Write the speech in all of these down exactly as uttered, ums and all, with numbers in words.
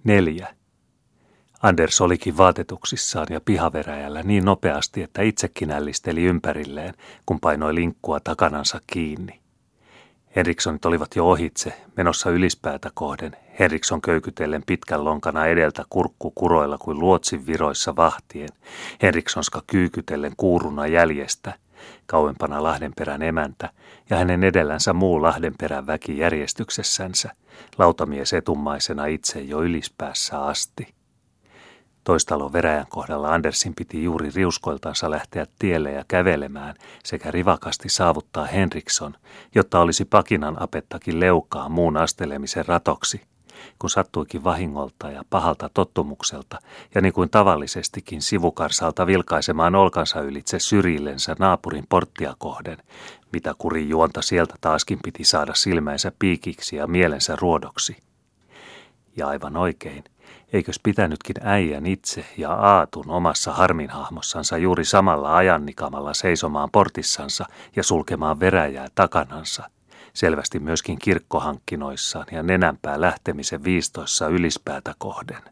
Neljä. Anders olikin vaatetuksissaan ja pihaveräjällä niin nopeasti, että itsekin ällisteli ympärilleen, kun painoi linkkua takanansa kiinni. Henrikssonit olivat jo ohitse, menossa ylispäätä kohden, Henriksson köykytellen pitkän lonkana edeltä kurkku kuroilla kuin luotsin viroissa vahtien, Henrikssonska kyykytellen kuuruna jäljestä, kauempana Lahdenperän emäntä ja hänen edellänsä muu Lahdenperän väki järjestyksessänsä, lautamies etummaisena itse jo ylispäässä asti. Toistalon veräjän kohdalla Andersin piti juuri riuskoiltansa lähteä tielle ja kävelemään sekä rivakasti saavuttaa Henriksson, jotta olisi pakinan apettakin leukaa muun astelemisen ratoksi, kun sattuikin vahingolta ja pahalta tottumukselta ja niin kuin tavallisestikin sivukarsalta vilkaisemaan olkansa ylitse syrjillensä naapurin porttia kohden, mitä kurin juonta sieltä taaskin piti saada silmänsä piikiksi ja mielensä ruodoksi. Ja aivan oikein. Eikös pitänytkin äijän itse ja Aatun omassa harminhahmossansa juuri samalla ajannikamalla seisomaan portissansa ja sulkemaan veräjää takanansa, selvästi myöskin kirkkohankkinoissaan ja nenänpää lähtemisen viistoissa ylispäätä kohden.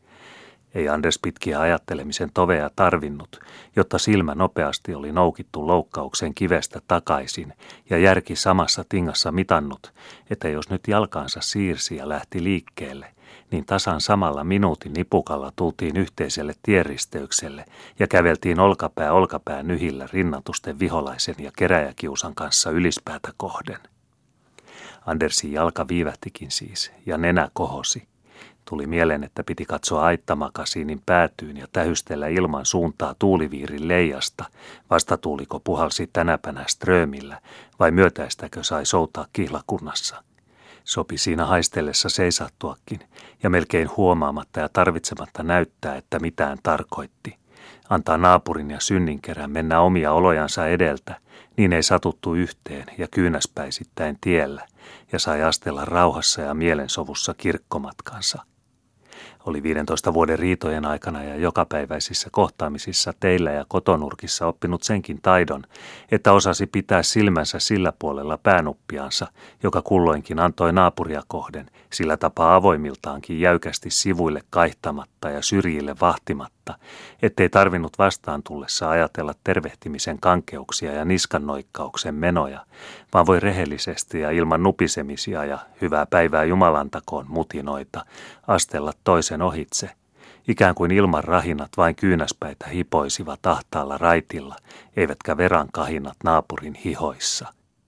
Ei Anders pitkiä ajattelemisen toveja tarvinnut, jotta silmä nopeasti oli noukittu loukkauksen kivestä takaisin ja järki samassa tingassa mitannut, että jos nyt jalkaansa siirsi ja lähti liikkeelle, niin tasan samalla minuutin nipukalla tultiin yhteiselle tienristeykselle ja käveltiin olkapää olkapää nyhillä rinnatusten viholaisen ja keräjäkiusan kanssa ylispäätä kohden. Andersin jalka viivähtikin siis ja nenä kohosi. Tuli mieleen, että piti katsoa aittamakasiinin päätyyn ja tähystellä ilman suuntaa tuuliviirin leijasta, vastatuuliko puhalsi tänäpänä Strömillä vai myötäistäkö sai soutaa kihlakunnassa. Sopi siinä haistellessa seisahtuakin ja melkein huomaamatta ja tarvitsematta näyttää, että mitään tarkoitti. Antaa naapurin ja synninkerän mennä omia olojansa edeltä, niin ei satuttu yhteen ja kyynäspäisittäin tiellä ja sai astella rauhassa ja mielensovussa kirkkomatkansa. Oli viidentoista vuoden riitojen aikana ja jokapäiväisissä kohtaamisissa teillä ja kotonurkissa oppinut senkin taidon, että osasi pitää silmänsä sillä puolella päänuppiansa, joka kulloinkin antoi naapuria kohden, sillä tapaa avoimiltaankin jäykästi sivuille kaihtamatta ja syrjille vahtimatta, ettei tarvinnut vastaan tullessa ajatella tervehtimisen kankeuksia ja niskannoikkauksen menoja, vaan voi rehellisesti ja ilman nupisemisia ja hyvää päivää Jumalantakoon mutinoita astella toisen ohitse, ikään kuin ilman rahinat vain kyynäspäitä hipoisivat ahtaalla raitilla, eivätkä veran kahinat naapurin hihoissa.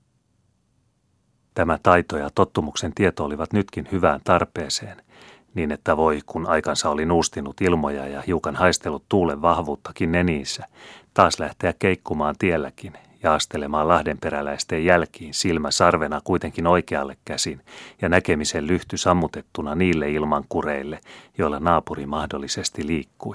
Tämä taito ja tottumuksen tieto olivat nytkin hyvään tarpeeseen, niin että voi, kun aikansa oli nuustinut ilmoja ja hiukan haistellut tuulen vahvuuttakin neniinsä, taas lähteä keikkumaan tielläkin ja astelemaan lahdenperäläisten jälkiin silmä sarvena kuitenkin oikealle käsin ja näkemisen lyhty sammutettuna niille ilmankureille, joilla naapuri mahdollisesti liikkui.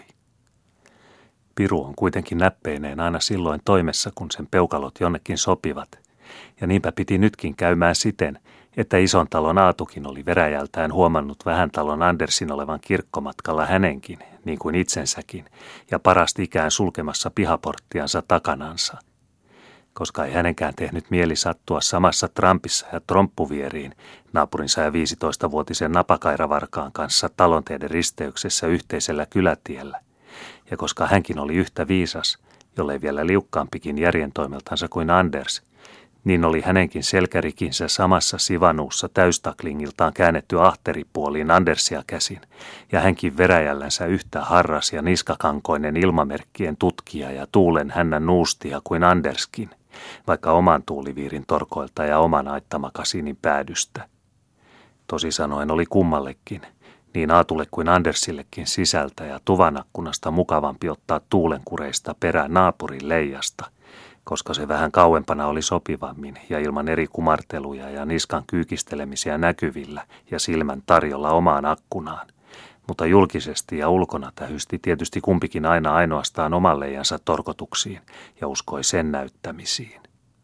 Piru on kuitenkin näppeineen aina silloin toimessa, kun sen peukalot jonnekin sopivat, ja niinpä piti nytkin käymään siten, että ison talon Aatukin oli veräjältään huomannut vähän talon Andersin olevan kirkkomatkalla hänenkin, niin kuin itsensäkin, ja parasti ikään sulkemassa pihaporttiansa takanansa. Koska ei hänenkään tehnyt mieli sattua samassa trampissa ja tromppuvieriin naapurinsa ja viisitoistavuotisen napakairavarkaan kanssa talonteiden risteyksessä yhteisellä kylätiellä, ja koska hänkin oli yhtä viisas, jollei vielä liukkaampikin järjentoimeltansa kuin Anders, niin oli hänenkin selkärikinsä samassa sivanuussa täystaklingiltaan käännetty ahteripuoliin Andersia käsin, ja hänkin veräjällänsä yhtä harras ja niskakankoinen ilmamerkkien tutkija ja tuulen hännän nuustia kuin Anderskin, vaikka oman tuuliviirin torkoilta ja oman aittamakasiinin päädystä. Tosi sanoen oli kummallekin, niin Aatulle kuin Andersillekin sisältä ja tuvanakkunasta mukavampi ottaa tuulenkureista perään naapurin leijasta, koska se vähän kauempana oli sopivammin ja ilman eri kumarteluja ja niskan kyykistelemisiä näkyvillä ja silmän tarjolla omaan akkunaan. Mutta julkisesti ja ulkona tähysti tietysti kumpikin aina ainoastaan oman leijansa torkotuksiin ja uskoi sen näyttämisiin.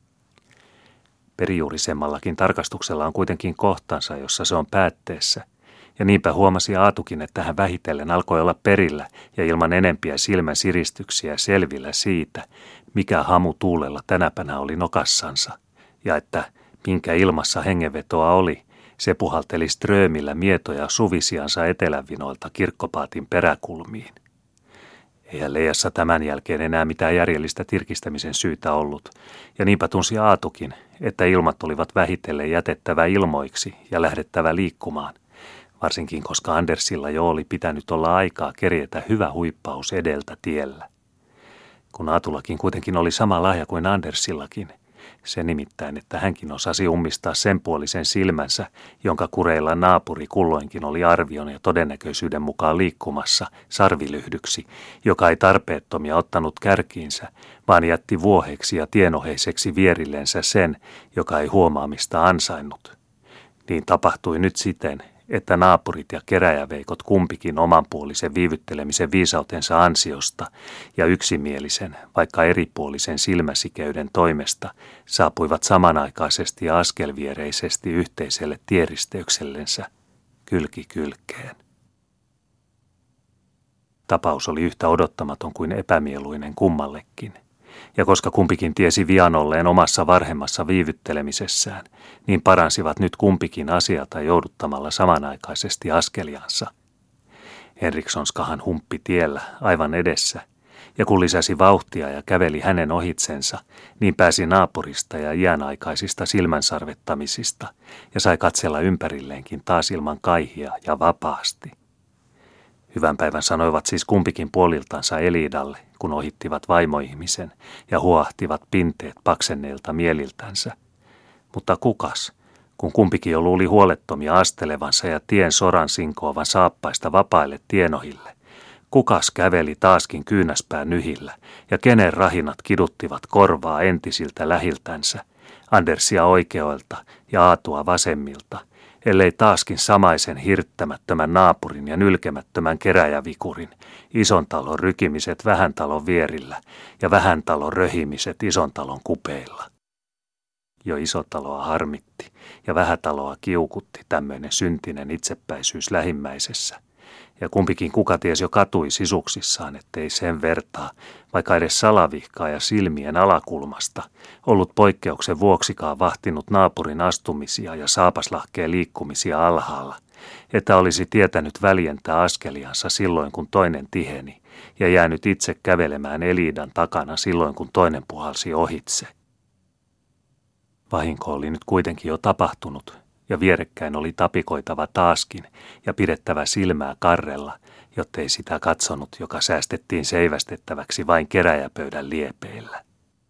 Perijuurisemmallakin tarkastuksella on kuitenkin kohtansa, jossa se on päätteessä, ja niinpä huomasi Aatukin, että hän vähitellen alkoi olla perillä ja ilman enempiä silmän siristyksiä selvillä siitä, mikä hamu tuulella tänäpänä oli nokassansa, ja että minkä ilmassa hengenvetoa oli, Se puhalteli Strömillä mietoja suvisiansa etelävinoilta kirkkopaatin peräkulmiin. Eihän Leijassa tämän jälkeen enää mitään järjellistä tirkistämisen syytä ollut, ja niinpä tunsi Aatukin, että ilmat olivat vähitellen jätettävä ilmoiksi ja lähdettävä liikkumaan, varsinkin koska Andersilla jo oli pitänyt olla aikaa kerjetä hyvä huippaus edeltä tiellä. Kun Aatullakin kuitenkin oli sama lahja kuin Andersillakin, se nimittäin, että hänkin osasi ummistaa sen puolisen silmänsä, jonka kureilla naapuri kulloinkin oli arvion ja todennäköisyyden mukaan liikkumassa sarvilyhdyksi, joka ei tarpeettomia ottanut kärkiinsä, vaan jätti vuoheksi ja tienoheiseksi vierillensä sen, joka ei huomaamista ansainnut. Niin tapahtui nyt siten, että naapurit ja keräjäveikot kumpikin omanpuolisen viivyttelemisen viisautensa ansiosta ja yksimielisen, vaikka eripuolisen silmäsikeyden toimesta saapuivat samanaikaisesti ja askelviereisesti yhteiselle tieristeyksellensä, kylki kylkeen. Tapaus oli yhtä odottamaton kuin epämieluinen kummallekin. Ja koska kumpikin tiesi vian olleen omassa varhemmassa viivyttelemisessään, niin paransivat nyt kumpikin asiata jouduttamalla samanaikaisesti askeliansa. Henrikssonskahan humppi tiellä aivan edessä, ja kun lisäsi vauhtia ja käveli hänen ohitsensa, niin pääsi naapurista ja iänaikaisista silmänsarvettamisista ja sai katsella ympärilleenkin taas ilman kaihia ja vapaasti. Hyvän päivän sanoivat siis kumpikin puoliltansa Elidalle, kun ohittivat vaimoihmisen ja huahtivat pinteet paksenneilta mieliltänsä. Mutta kukas, kun kumpikin jo luuli huolettomia astelevansa ja tien soran sinkoavan saappaista vapaille tienohille, kukas käveli taaskin kyynäspään nyhillä ja kenen rahinat kiduttivat korvaa entisiltä lähiltänsä, Andersia oikeoilta ja Aatua vasemmilta, ellei taaskin samaisen hirttämättömän naapurin ja nylkemättömän keräjävikurin, ison talon rykimiset vähän talon vierillä ja vähän talon röhimiset ison talon kupeilla. Jo isotaloa harmitti ja vähätaloa kiukutti tämmöinen syntinen itsepäisyys lähimmäisessä, ja kumpikin kukaties jo katui sisuksissaan, ettei sen vertaa, vaikka edes salavihkaa ja silmien alakulmasta, ollut poikkeuksen vuoksikaan vahtinut naapurin astumisia ja saapaslahkeen liikkumisia alhaalla, että olisi tietänyt väljentää askeliansa silloin, kun toinen tiheni, ja jäänyt itse kävelemään Elidan takana silloin, kun toinen puhalsi ohitse. Vahinko oli nyt kuitenkin jo tapahtunut, ja vierekkäin oli tapikoitava taaskin ja pidettävä silmää karrella, jottei sitä katsonut, joka säästettiin seivästettäväksi vain keräjäpöydän liepeillä.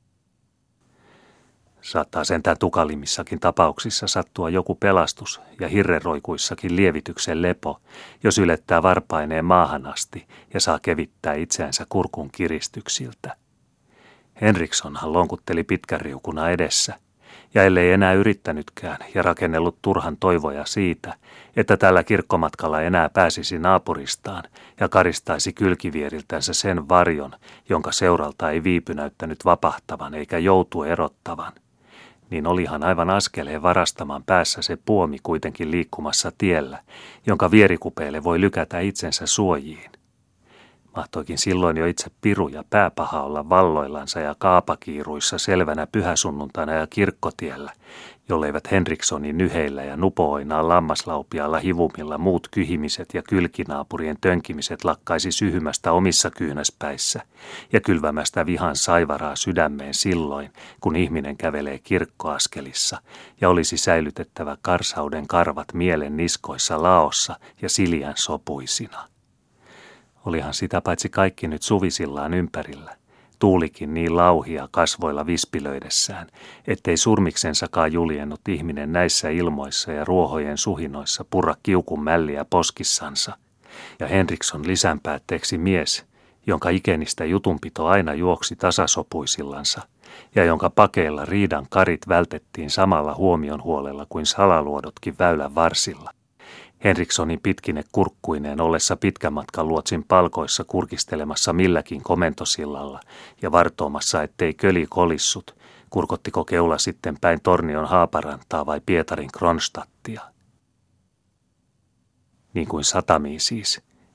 Saattaa sentään tukalimmissakin tapauksissa sattua joku pelastus ja hirreroikuissakin lievityksen lepo, jos ylettää varpaineen maahan asti ja saa kevittää itseänsä kurkun kiristyksiltä. Henrikssonhan lonkutteli pitkän riukuna edessä, ja ellei enää yrittänytkään ja rakennellut turhan toivoja siitä, että tällä kirkkomatkalla enää pääsisi naapuristaan ja karistaisi kylkivieriltänsä sen varjon, jonka seuralta ei viipy näyttänyt vapahtavan eikä joutu erottavan, niin olihan aivan askeleen varastamaan päässä se puomi kuitenkin liikkumassa tiellä, jonka vierikupeelle voi lykätä itsensä suojiin. Mahtoikin silloin jo itse piru ja pääpaha olla valloillansa ja kaapakiiruissa selvänä pyhäsunnuntaina ja kirkkotiellä, jolleivät Henrikssonin nyheillä ja nupooinaan lammaslaupialla hivumilla muut kyhimiset ja kylkinaapurien tönkimiset lakkaisi syhymästä omissa kyynäspäissä ja kylvämästä vihan saivaraa sydämeen silloin, kun ihminen kävelee kirkkoaskelissa ja olisi säilytettävä karsauden karvat mielen niskoissa laossa ja siljän sopuisina. Olihan sitä paitsi kaikki nyt suvisillaan ympärillä, tuulikin niin lauhia kasvoilla vispilöidessään, ettei surmiksensakaan juljennut ihminen näissä ilmoissa ja ruohojen suhinoissa purra kiukun mälliä poskissansa, ja Henriksson lisänpäätteeksi mies, jonka ikenistä jutunpito aina juoksi tasasopuisillansa, ja jonka pakeilla riidan karit vältettiin samalla huomion huolella kuin salaluodotkin väylän varsilla. Henrikssonin pitkine kurkkuineen ollessa pitkän matkan luotsin palkoissa kurkistelemassa milläkin komentosillalla ja vartoamassa, ettei köli kolissut, kurkottiko keula sitten päin Tornion Haaparantaa vai Pietarin Kronstadtia. Niin kuin satamiin siis,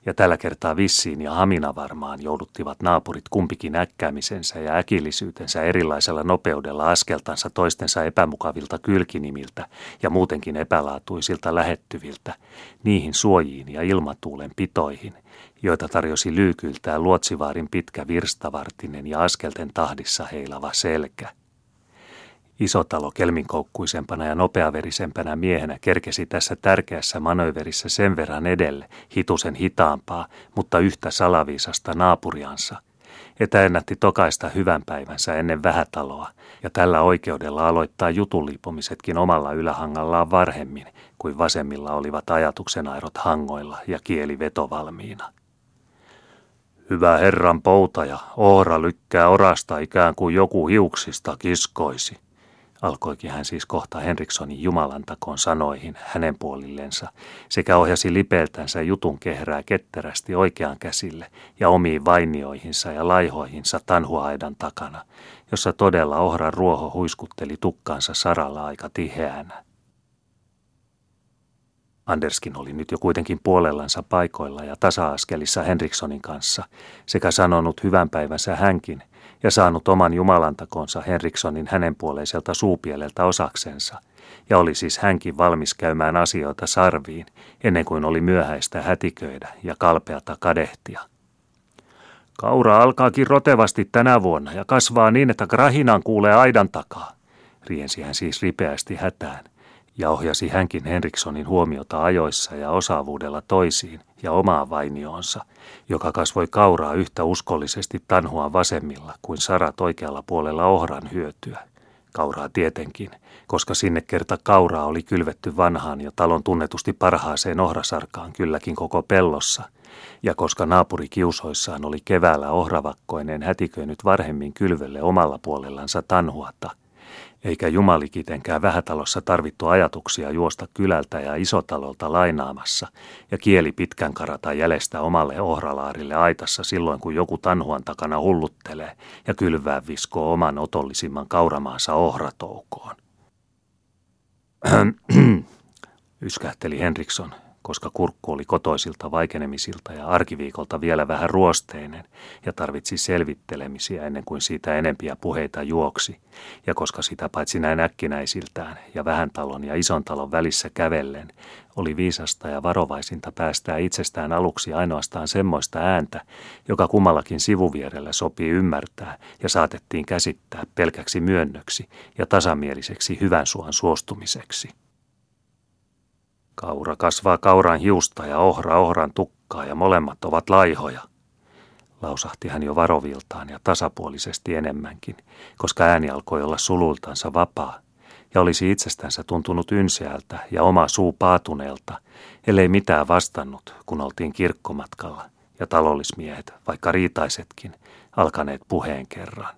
ja tällä kertaa vissiin ja hamina varmaan jouduttivat naapurit kumpikin äkkäämisensä ja äkillisyytensä erilaisella nopeudella askeltansa toistensa epämukavilta kylkinimiltä ja muutenkin epälaatuisilta lähettyviltä niihin suojiin ja ilmatuulen pitoihin, joita tarjosi lyykyltään Luotsivaarin pitkä virstavartinen ja askelten tahdissa heilava selkä. Isotalo kelminkoukkuisempana ja nopeaverisempänä miehenä kerkesi tässä tärkeässä manööverissä sen verran edelle, hitusen hitaampaa, mutta yhtä salaviisasta naapuriansa, että ennätti tokaista hyvän päivänsä ennen Vähätaloa, ja tällä oikeudella aloittaa jutunliipomisetkin omalla ylähangallaan varhemmin, kuin vasemmilla olivat ajatuksenairot hangoilla ja kieli vetovalmiina. Hyvä herran poutaja, ohra lykkää orasta ikään kuin joku hiuksista kiskoisi. Alkoikin hän siis kohta Henrikssonin jumalantakoon sanoihin hänen puolillensa sekä ohjasi lipeältänsä jutun kehrää ketterästi oikean käsille ja omiin vainioihinsa ja laihoihinsa tanhuaidan takana, jossa todella ohran ruoho huiskutteli tukkaansa saralla aika tiheänä. Anderskin oli nyt jo kuitenkin puolellansa paikoilla ja tasa-askelissa Henrikssonin kanssa sekä sanonut hyvän päivänsä hänkin ja saanut oman jumalantakonsa Henrikssonin hänenpuoleiselta suupieleltä osaksensa, ja oli siis hänkin valmis käymään asioita sarviin ennen kuin oli myöhäistä hätiköidä ja kalpeata kadehtia. Kaura alkaakin rotevasti tänä vuonna ja kasvaa niin, että krahinan kuulee aidan takaa, riensi hän siis ripeästi hätään, ja ohjasi hänkin Henrikssonin huomiota ajoissa ja osaavuudella toisiin ja omaan vainioonsa, joka kasvoi kauraa yhtä uskollisesti tanhuan vasemmilla kuin sarat oikealla puolella ohran hyötyä. Kauraa tietenkin, koska sinne kerta kauraa oli kylvetty vanhaan ja talon tunnetusti parhaaseen ohrasarkaan kylläkin koko pellossa, ja koska naapuri kiusoissaan oli keväällä ohravakkoinen hätiköinyt varhemmin kylvölle omalla puolellansa tanhuata, eikä jumalikitenkään Vähätalossa tarvittu ajatuksia juosta kylältä ja Isotalolta lainaamassa ja kieli pitkän karata jäljestä omalle ohralaarille aitassa silloin, kun joku tanhuan takana hulluttelee ja kylvää viskoo oman otollisimman kauramaansa ohratoukoon. Yskähteli Henriksson, koska kurkku oli kotoisilta vaikenemisilta ja arkiviikolta vielä vähän ruosteinen ja tarvitsi selvittelemisiä ennen kuin siitä enempiä puheita juoksi, ja koska sitä paitsi näin äkkinäisiltään ja vähän talon ja ison talon välissä kävellen oli viisasta ja varovaisinta päästää itsestään aluksi ainoastaan semmoista ääntä, joka kummallakin sivuvierellä sopii ymmärtää ja saatettiin käsittää pelkäksi myönnöksi ja tasamieliseksi hyvän suon suostumiseksi. Kaura kasvaa kauran hiusta ja ohra ohran tukkaa ja molemmat ovat laihoja, lausahti hän jo varoviltaan ja tasapuolisesti enemmänkin, koska ääni alkoi olla sulultansa vapaa ja olisi itsestänsä tuntunut ynseältä ja oma suu paatuneelta, ellei mitään vastannut, kun oltiin kirkkomatkalla ja talollismiehet, vaikka riitaisetkin, alkaneet puheen kerran.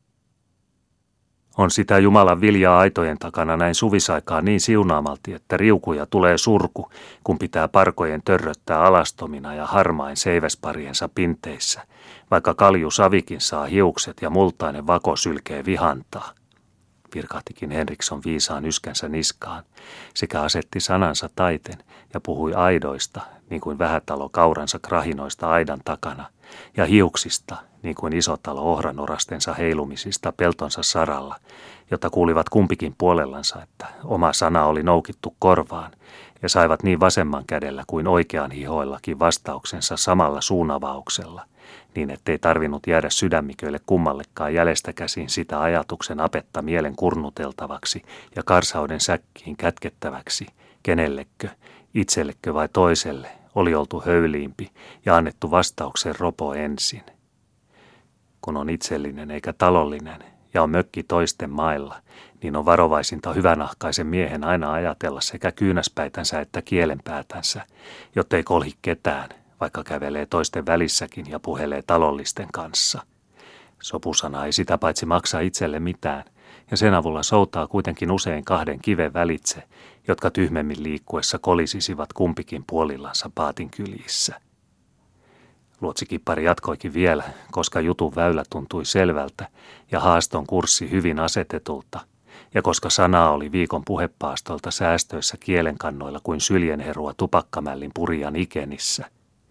On sitä Jumalan viljaa aitojen takana näin suvisaikaa niin siunaamalti, että riukuja tulee surku, kun pitää parkojen törröttää alastomina ja harmain seiväspariensa pinteissä, vaikka kalju savikin saa hiukset ja multainen vako sylkee vihantaa. Virkahtikin Henriksson viisaan yskänsä niskaan, sekä asetti sanansa taiten ja puhui aidoista, niin kuin Vähätalo kauransa krahinoista aidan takana, ja hiuksista, niin kuin Isotalo ohranorastensa heilumisista peltonsa saralla, jotta kuulivat kumpikin puolellansa, että oma sana oli noukittu korvaan, ja saivat niin vasemman kädellä kuin oikean hihoillakin vastauksensa samalla suunavauksella, niin ettei tarvinnut jäädä sydämiköille kummallekaan jäljestä käsin sitä ajatuksen apetta mielen kurnuteltavaksi ja karsauden säkkiin kätkettäväksi, kenellekö, itsellekö vai toiselle, oli oltu höyliimpi ja annettu vastauksen ropo ensin. Kun on itsellinen eikä talollinen ja on mökki toisten mailla, niin on varovaisinta hyvänahkaisen miehen aina ajatella sekä kyynäspäitänsä että kielenpäätänsä, jottei kolhi ketään, vaikka kävelee toisten välissäkin ja puhelee talollisten kanssa. Sopusana ei sitä paitsi maksa itselle mitään, ja sen avulla soutaa kuitenkin usein kahden kiven välitse, jotka tyhmemmin liikkuessa kolisisivat kumpikin puolillansa paatin kyljissä. Luotsikippari jatkoikin vielä, koska jutun väylä tuntui selvältä ja haaston kurssi hyvin asetetulta, ja koska sanaa oli viikon puhepaastolta säästöissä kielenkannoilla kuin syljenherua tupakkamällin purian ikenissä.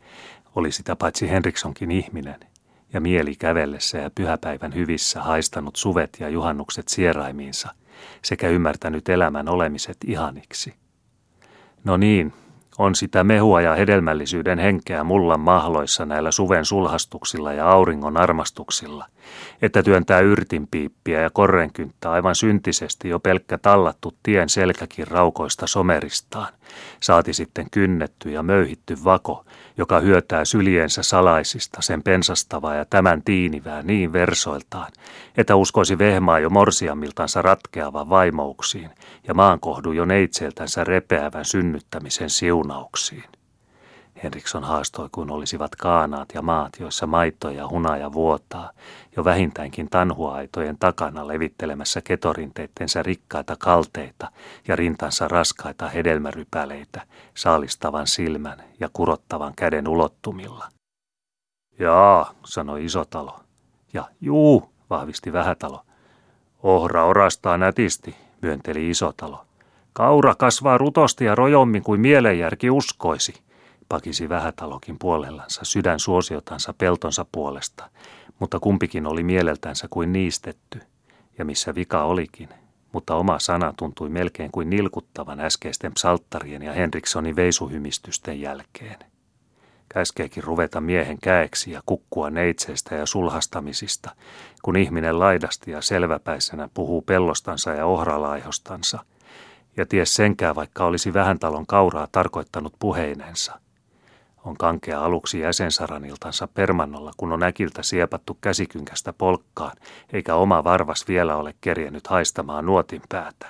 oli sitä paitsi Henrikssonkin ihminen, ja mieli kävellessä ja pyhäpäivän hyvissä haistanut suvet ja juhannukset sieraimiinsa, sekä ymmärtänyt elämän olemiset ihaniksi. No niin, on sitä mehua ja hedelmällisyyden henkeä mullan mahloissa näillä suven sulhastuksilla ja auringon armastuksilla, että työntää yrtinpiippiä ja korrenkynttä aivan syntisesti jo pelkkä tallattu tien selkäkin raukoista someristaan, saati sitten kynnetty ja möyhitty vako, joka hyötää syliensä salaisista sen pensastavaa ja tämän tiinivää niin versoiltaan, että uskoisi vehmaa jo morsiammiltansa ratkeavan vaimouksiin ja maankohdu jo neitseltänsä repeävän synnyttämisen siunauksiin. Henriksson haastoi, kuin olisivat kaanaat ja maat, joissa maito ja hunaja vuotaa, jo vähintäänkin tanhuaitojen takana levittelemässä ketorinteittensä rikkaita kalteita ja rintansa raskaita hedelmärypäleitä, saalistavan silmän ja kurottavan käden ulottumilla. Jaa, sanoi Isotalo. Ja juu, vahvisti Vähätalo. Ohra orastaa nätisti, myönteli Isotalo. Kaura kasvaa rutosti ja rojommin kuin mielenjärki uskoisi, pakisi Vähätalokin puolellansa sydän suosiotansa peltonsa puolesta, mutta kumpikin oli mieleltänsä kuin niistetty, ja missä vika olikin, mutta oma sana tuntui melkein kuin nilkuttavan äskeisten psalttarien ja Henrikssonin veisuhymistysten jälkeen. Käskeekin ruveta miehen käeksi ja kukkua neitseistä ja sulhastamisista, kun ihminen laidasti ja selväpäisenä puhuu pellostansa ja ohralaihostansa, ja ties senkään, vaikka olisi Vähäntalon kauraa tarkoittanut puheinensa. On kankea aluksi jäsensaraniltansa permannolla, kun on äkiltä siepattu käsikynkästä polkkaan, eikä oma varvas vielä ole kerjennyt haistamaan nuotin päätä.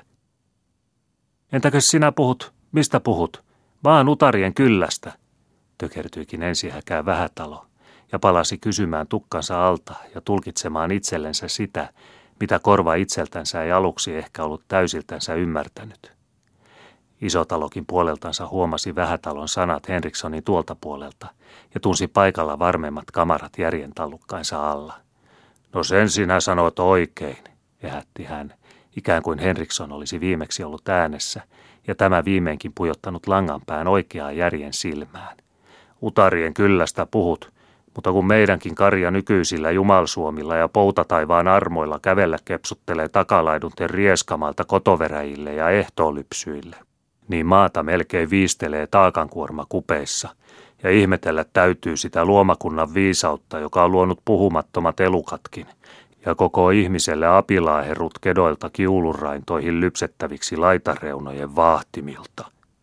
Entäkö sinä puhut? Mistä puhut? Vaan utarien kyllästä, tökertyikin ensihäkään Vähätalo, ja palasi kysymään tukkansa alta ja tulkitsemaan itsellensä sitä, mitä korva itseltänsä ei aluksi ehkä ollut täysiltänsä ymmärtänyt. Isotalokin puoleltansa huomasi Vähätalon sanat Henrikssonin tuolta puolelta ja tunsi paikalla varmemmat kamarat järjen tallukkainsa alla. No sen sinä sanot oikein, ehätti hän, ikään kuin Henriksson olisi viimeksi ollut äänessä ja tämä viimeinkin pujottanut langanpään oikeaa järjen silmään. Utarien kyllästä puhut, mutta kun meidänkin karja nykyisillä jumalsuomilla ja poutataivaan armoilla kävellä kepsuttelee takalaidunten rieskamalta kotoveräjille ja ehtoolypsyille, niin maata melkein viistelee taakankuorma kupeissa, ja ihmetellä täytyy sitä luomakunnan viisautta, joka on luonut puhumattomat elukatkin, ja koko ihmiselle apilaaherut kedoilta kiulunraintoihin lypsettäviksi laitareunojen vaahtimilta.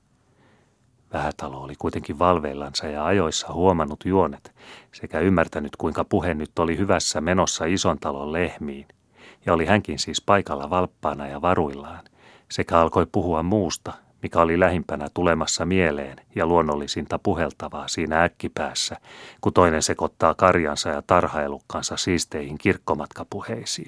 Vähätalo oli kuitenkin valveillansa ja ajoissa huomannut juonet, sekä ymmärtänyt, kuinka puhe nyt oli hyvässä menossa Isontalon lehmiin, ja oli hänkin siis paikalla valppaana ja varuillaan, sekä alkoi puhua muusta, mikä oli lähimpänä tulemassa mieleen ja luonnollisinta puheltavaa siinä äkkipäässä, kun toinen sekoittaa karjansa ja tarhaelukkansa siisteihin kirkkomatkapuheisiin.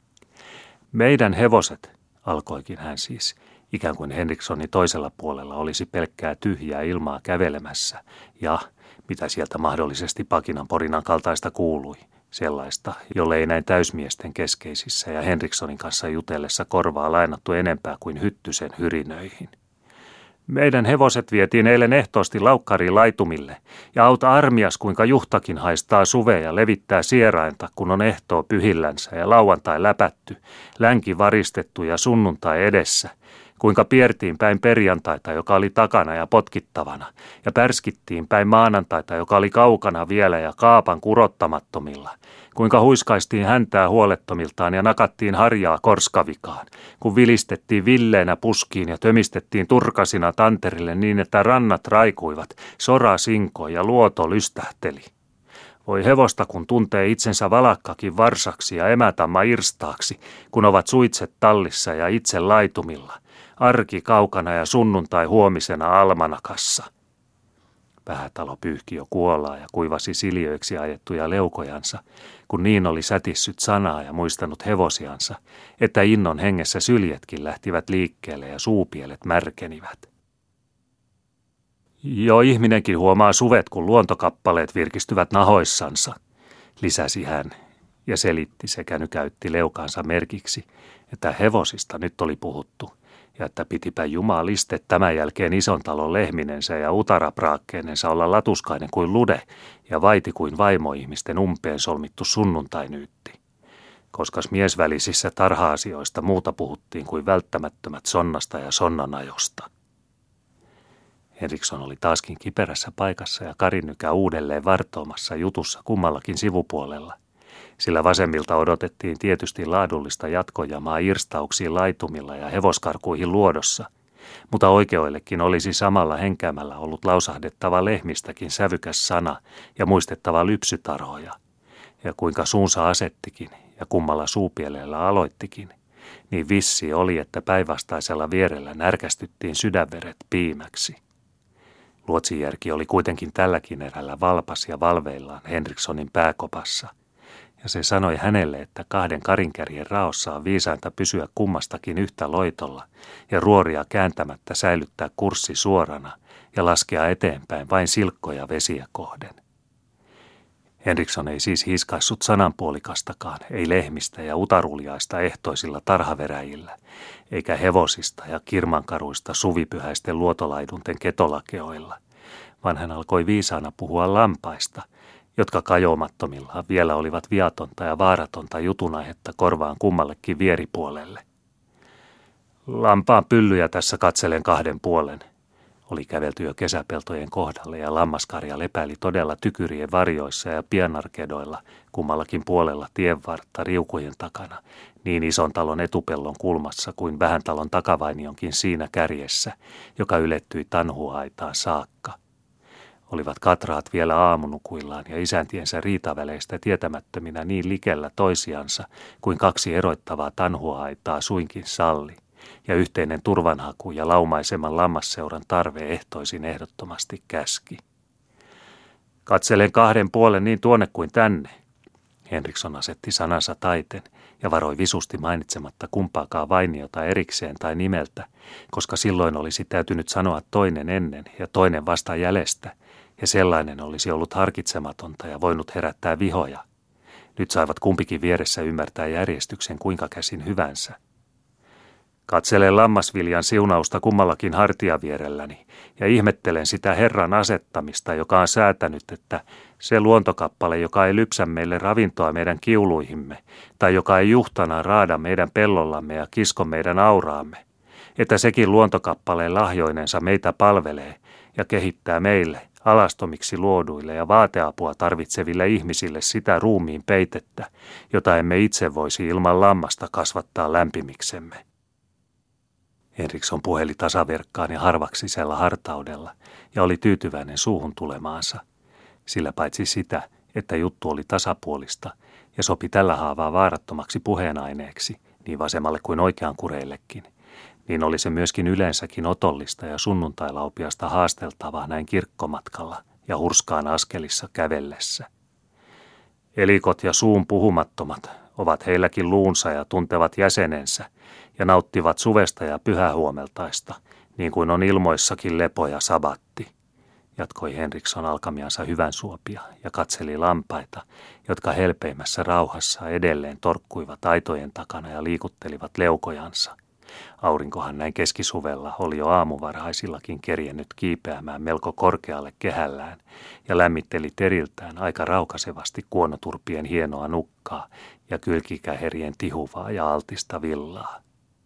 Meidän hevoset, alkoikin hän siis, ikään kuin Henrikssonin toisella puolella olisi pelkkää tyhjää ilmaa kävelemässä, ja, mitä sieltä mahdollisesti pakinan porinan kaltaista kuului, sellaista, jolle ei näin täysmiesten keskeisissä ja Henrikssonin kanssa jutellessa korvaa lainattu enempää kuin Hyttysen hyrinöihin. Meidän hevoset vietiin eilen ehtoosti laukkariin laitumille, ja auta armias kuinka juhtakin haistaa suvea ja levittää sierainta, kun on ehtoo pyhillänsä ja lauantai läpätty, länki varistettu ja sunnuntai edessä, kuinka piertiin päin perjantaita, joka oli takana ja potkittavana, ja pärskittiin päin maanantaita, joka oli kaukana vielä ja kaapan kurottamattomilla, kuinka huiskaistiin häntää huolettomiltaan ja nakattiin harjaa korskavikaan, kun vilistettiin villeenä puskiin ja tömistettiin turkasina tanterille niin, että rannat raikuivat, sora sinkoi ja luoto lystähteli. Voi hevosta, kun tuntee itsensä valakkakin varsaksi ja emätamma irstaaksi, kun ovat suitset tallissa ja itse laitumilla, arki kaukana ja sunnuntai huomisena almanakassa. Vähätalo pyyhki jo kuolaa ja kuivasi siljöiksi ajettuja leukojansa, kun niin oli sätissyt sanaa ja muistanut hevosiansa, että innon hengessä syljetkin lähtivät liikkeelle ja suupielet märkenivät. Jo ihminenkin huomaa suvet, kun luontokappaleet virkistyvät nahoissansa, lisäsi hän ja selitti sekä nykäytti leukaansa merkiksi, että hevosista nyt oli puhuttu, ja että pitipä jumaliste tämän jälkeen ison talon lehminensä ja utarapraakkeenensa olla latuskainen kuin lude ja vaiti kuin vaimoihmisten umpeen solmittu sunnuntainyytti. Koskas miesvälisissä tarha-asioista muuta puhuttiin kuin välttämättömät sonnasta ja sonnanajosta. Henriksson oli taaskin kiperässä paikassa ja Karinykä uudelleen vartoamassa jutussa kummallakin sivupuolella, sillä vasemmilta odotettiin tietysti laadullista jatkojamaa irstauksiin laitumilla ja hevoskarkuihin luodossa, mutta oikeoillekin olisi samalla henkäämällä ollut lausahdettava lehmistäkin sävykäs sana ja muistettava lypsytarhoja, ja kuinka suunsa asettikin ja kummalla suupielellä aloittikin, niin vissi oli, että päinvastaisella vierellä närkästyttiin sydänveret piimäksi. Luotsijärki oli kuitenkin tälläkin erällä valpas ja valveillaan Henrikssonin pääkopassa, ja se sanoi hänelle, että kahden karinkärjen raossa on viisainta pysyä kummastakin yhtä loitolla ja ruoria kääntämättä säilyttää kurssi suorana ja laskea eteenpäin vain silkkoja vesiä kohden. Henriksson ei siis hiiskaissut sananpuolikastakaan, ei lehmistä ja utaruljaista ehtoisilla tarhaveräjillä, eikä hevosista ja kirmankaruista suvipyhäisten luotolaidunten ketolakeoilla, vaan hän alkoi viisaana puhua lampaista, jotka kajoamattomillaan vielä olivat viatonta ja vaaratonta jutunaihetta korvaan kummallekin vieripuolelle. Lampaan pyllyjä tässä katselen kahden puolen. Oli kävelty jo kesäpeltojen kohdalle ja lammaskarja lepäili todella tykyrien varjoissa ja pienarkedoilla kummallakin puolella tienvartta riukujen takana, niin ison talon etupellon kulmassa kuin vähän talon takavainionkin siinä kärjessä, joka ylettyi tanhuaitaan saakka. Olivat katraat vielä aamunukuillaan ja isäntiensä riitaväleistä tietämättöminä niin likellä toisiansa kuin kaksi eroittavaa tanhuaitaa suinkin salli, ja yhteinen turvanhaku ja laumaisemman lammasseuran tarve ehtoisin ehdottomasti käski. Katselen kahden puolen niin tuonne kuin tänne. Henriksson asetti sanansa taiten ja varoi visusti mainitsematta kumpaakaan vainiota erikseen tai nimeltä, koska silloin olisi täytynyt sanoa toinen ennen ja toinen vasta jäljestä, ja sellainen olisi ollut harkitsematonta ja voinut herättää vihoja. Nyt saivat kumpikin vieressä ymmärtää järjestyksen kuinka käsin hyvänsä. Katselen lammasviljan siunausta kummallakin hartiavierelläni ja ihmettelen sitä Herran asettamista, joka on säätänyt, että se luontokappale, joka ei lypsä meille ravintoa meidän kiuluihimme, tai joka ei juhtana raada meidän pellollamme ja kisko meidän auraamme, että sekin luontokappaleen lahjoinensa meitä palvelee ja kehittää meille, alastomiksi luoduille ja vaateapua tarvitseville ihmisille sitä ruumiin peitettä, jota emme itse voisi ilman lammasta kasvattaa lämpimiksemme. Henriksson puheli tasaverkkaan ja harvaksisella hartaudella ja oli tyytyväinen suuhun tulemaansa, sillä paitsi sitä, että juttu oli tasapuolista ja sopi tällä haavaa vaarattomaksi puheenaineeksi niin vasemmalle kuin oikeankureillekin, niin oli se myöskin yleensäkin otollista ja sunnuntailaopiasta haasteltavaa näin kirkkomatkalla ja hurskaan askelissa kävellessä. Elikot ja suun puhumattomat ovat heilläkin luunsa ja tuntevat jäsenensä ja nauttivat suvesta ja pyhähuomeltaista, niin kuin on ilmoissakin lepo ja sabatti, jatkoi Henriksson alkamiansa hyvän suopia ja katseli lampaita, jotka helpeimmässä rauhassa edelleen torkkuivat aitojen takana ja liikuttelivat leukojansa. Aurinkohan näin keskisuvella oli jo aamuvarhaisillakin kerjennyt kiipeämään melko korkealle kehällään ja lämmitteli teriltään aika raukasevasti kuonoturpien hienoa nukkaa ja kylkikäherien tihuvaa ja altista villaa.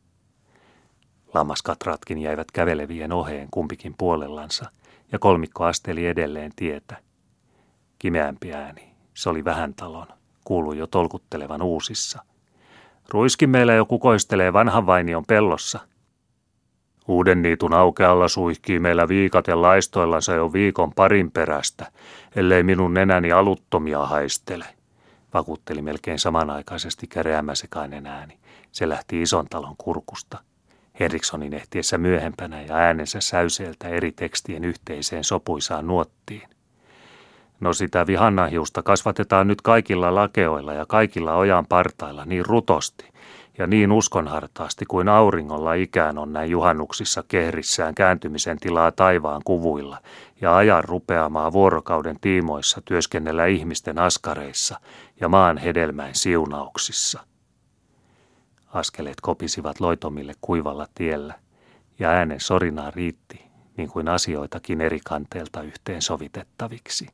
Lammaskatratkin jäivät kävelevien oheen kumpikin puolellansa ja kolmikko asteli edelleen tietä. Kimeämpi ääni, se oli vähän talon, kuului jo tolkuttelevan uusissa. Ruiskin meillä jo kukoistelee vanhan vainion pellossa. Uuden niitun aukealla suihkii meillä viikat ja laistoillansa jo viikon parin perästä, ellei minun nenäni aluttomia haistele, vakuutteli melkein samanaikaisesti käreämäsekainen ääni. Se lähti ison talon kurkusta. Henrikssonin ehtiessä myöhempänä ja äänensä säyseeltä eri tekstien yhteiseen sopuisaan nuottiin. No sitä vihannanhiusta kasvatetaan nyt kaikilla lakeoilla ja kaikilla ojan partailla niin rutosti ja niin uskonhartaasti kuin auringolla ikään on näin juhannuksissa kehrissään kääntymisen tilaa taivaan kuvuilla ja ajan rupeamaa vuorokauden tiimoissa työskennellä ihmisten askareissa ja maan hedelmäin siunauksissa. Askeleet kopisivat loitomille kuivalla tiellä ja äänen sorinaa riitti, niin kuin asioitakin eri kanteelta yhteen sovitettaviksi.